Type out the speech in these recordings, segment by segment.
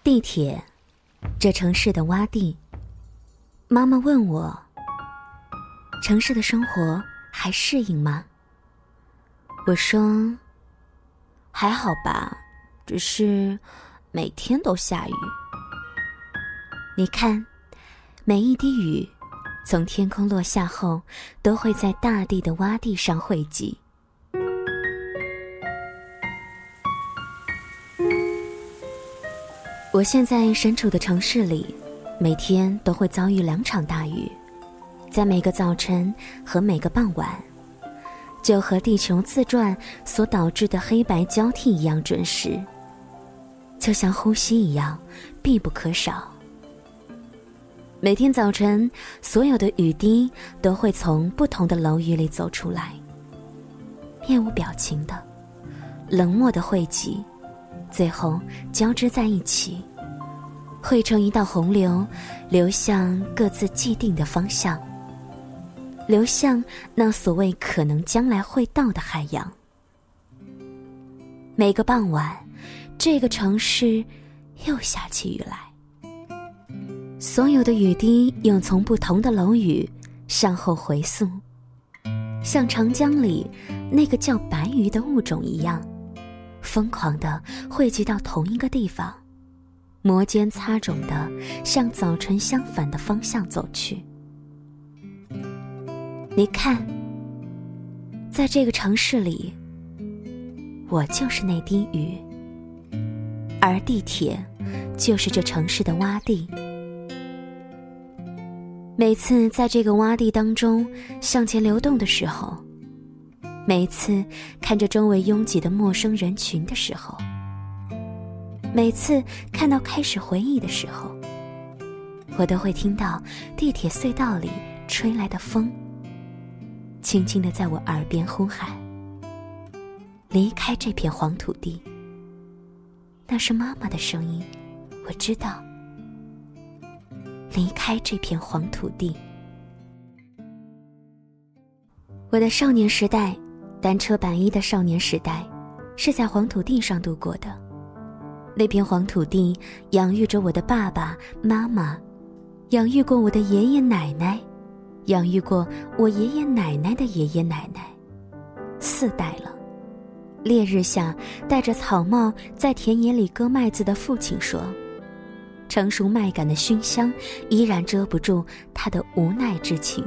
地铁，这城市的洼地。妈妈问我，城市的生活还适应吗？我说，还好吧，只是每天都下雨。你看，每一滴雨从天空落下后，都会在大地的洼地上汇集。我现在身处的城市里，每天都会遭遇2场大雨，在每个早晨和每个傍晚，就和地球自转所导致的黑白交替一样准时，就像呼吸一样必不可少。每天早晨，所有的雨滴都会从不同的楼宇里走出来，面无表情的、冷漠的汇集，最后交织在一起，汇成一道洪流，流向各自既定的方向，流向那所谓可能将来会到的海洋。每个傍晚，这个城市又下起雨来，所有的雨滴又从不同的楼宇向后回溯，像长江里那个叫白鱼的物种一样，疯狂地汇集到同一个地方，摩肩擦踵地向早晨相反的方向走去。你看，在这个城市里，我就是那滴雨，而地铁就是这城市的洼地。每次在这个洼地当中向前流动的时候，每次看着周围拥挤的陌生人群的时候，每次看到开始回忆的时候，我都会听到地铁隧道里吹来的风，轻轻地在我耳边呼喊：离开这片黄土地。那是妈妈的声音，我知道，离开这片黄土地。我的少年时代，单车板衣的少年时代，是在黄土地上度过的。那片黄土地养育着我的爸爸妈妈，养育过我的爷爷奶奶，养育过我爷爷奶奶的爷爷奶奶，4代了。烈日下，戴着草帽在田野里割麦子的父亲说，成熟麦秆的熏香依然遮不住他的无奈之情。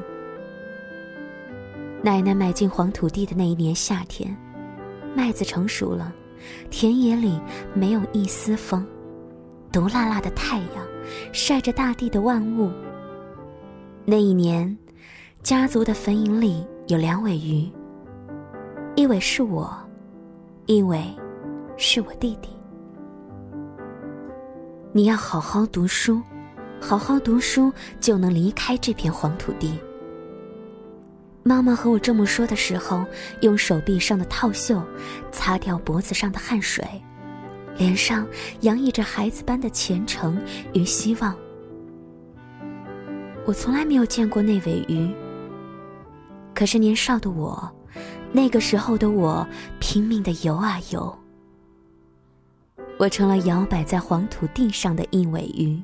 奶奶埋进黄土地的那一年夏天，麦子成熟了，田野里没有一丝风，毒辣辣的太阳晒着大地的万物。那一年，家族的坟茔里有2尾鱼，一尾是我，一尾是我弟弟。你要好好读书，好好读书就能离开这片黄土地。妈妈和我这么说的时候，用手臂上的套袖擦掉脖子上的汗水，脸上洋溢着孩子般的虔诚与希望。我从来没有见过那尾鱼，可是年少的我，那个时候的我，拼命地游啊游。我成了摇摆在黄土地上的一尾鱼。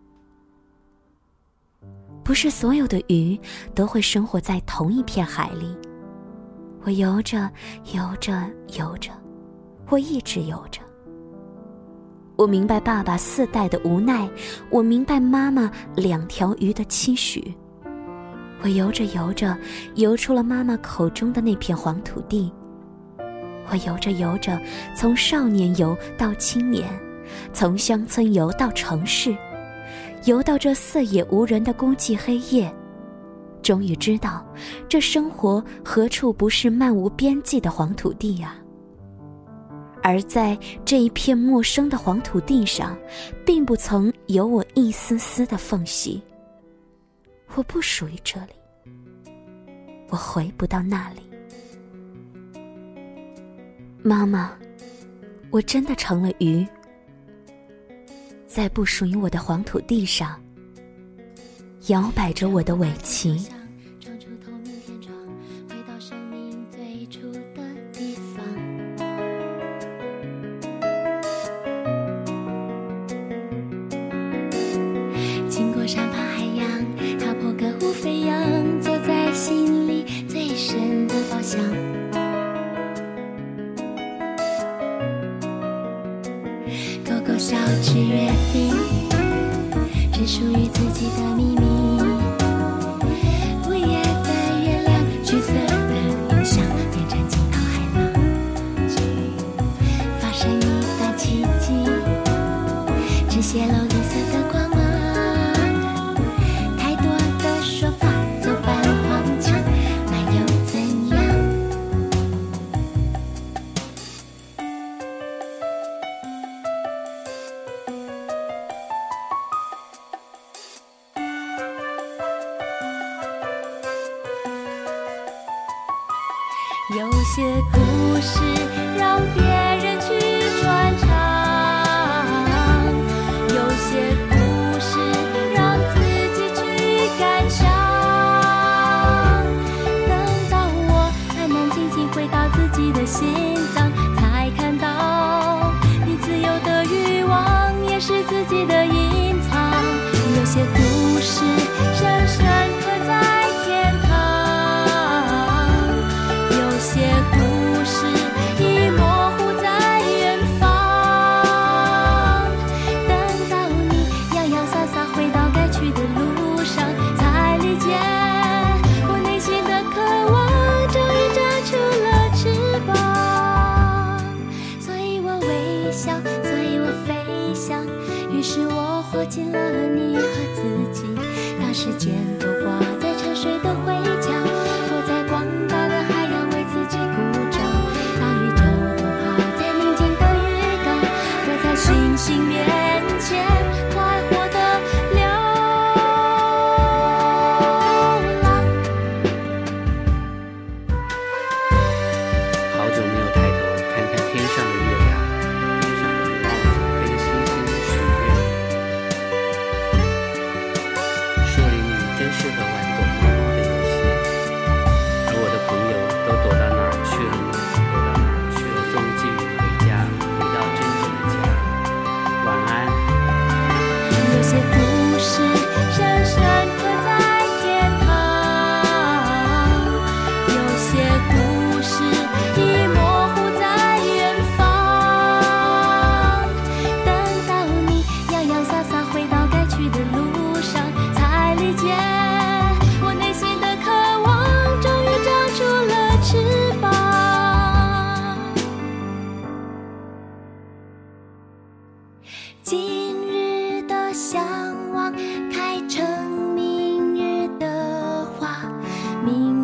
不是所有的鱼都会生活在同一片海里。我游着游着游着，我一直游着。我明白爸爸4代的无奈，我明白妈妈2条鱼的期许。我游着游着，游出了妈妈口中的那片黄土地。我游着游着，从少年游到青年，从乡村游到城市，游到这四野无人的孤寂黑夜，终于知道，这生活何处不是漫无边际的黄土地啊！而在这一片陌生的黄土地上，并不曾有我一丝丝的缝隙。我不属于这里，我回不到那里。妈妈，我真的成了鱼，在不属于我的黄土地上，摇摆着我的尾鳍。 笑去约定，只属于自己的秘密。午夜的月亮，橘色的云想变成惊涛骇浪，发生一段奇迹，只泄露绿色的光芒。太多的说法走半荒腔，那又怎样？有些故事让别人去传唱，有些故事让自己去感伤。等到我安安静静回到自己的心脏，才看到你自由的欲望也是自己的隐藏。有些故事深深刻在天堂，有些故事已模糊在远方。等到你洋洋洒洒回到该去的路上，才理解我内心的渴望终于长出了翅膀。所以我微笑，所以我飞翔，于是我活进了你和自己。当时间都挂在沉睡的灰墙，我在广大的海洋为自己鼓掌。当宇宙都泡在宁静的浴缸，我在星星面前快活的流浪。 好久没有抬头看看天上的月亮，天上的帽子跟星星许愿。树林里真适合玩躲猫猫的游戏，而我的朋友都躲到哪儿去了呢？躲到哪儿去了？送寄语回家，回到真正的家。晚安。 有些故事深深刻在天堂，有些故事已模糊在远方。等到你洋洋洒洒回到该去的路上，才理解我内心的渴望终于长出了翅膀。今日的向往开成明日的花，明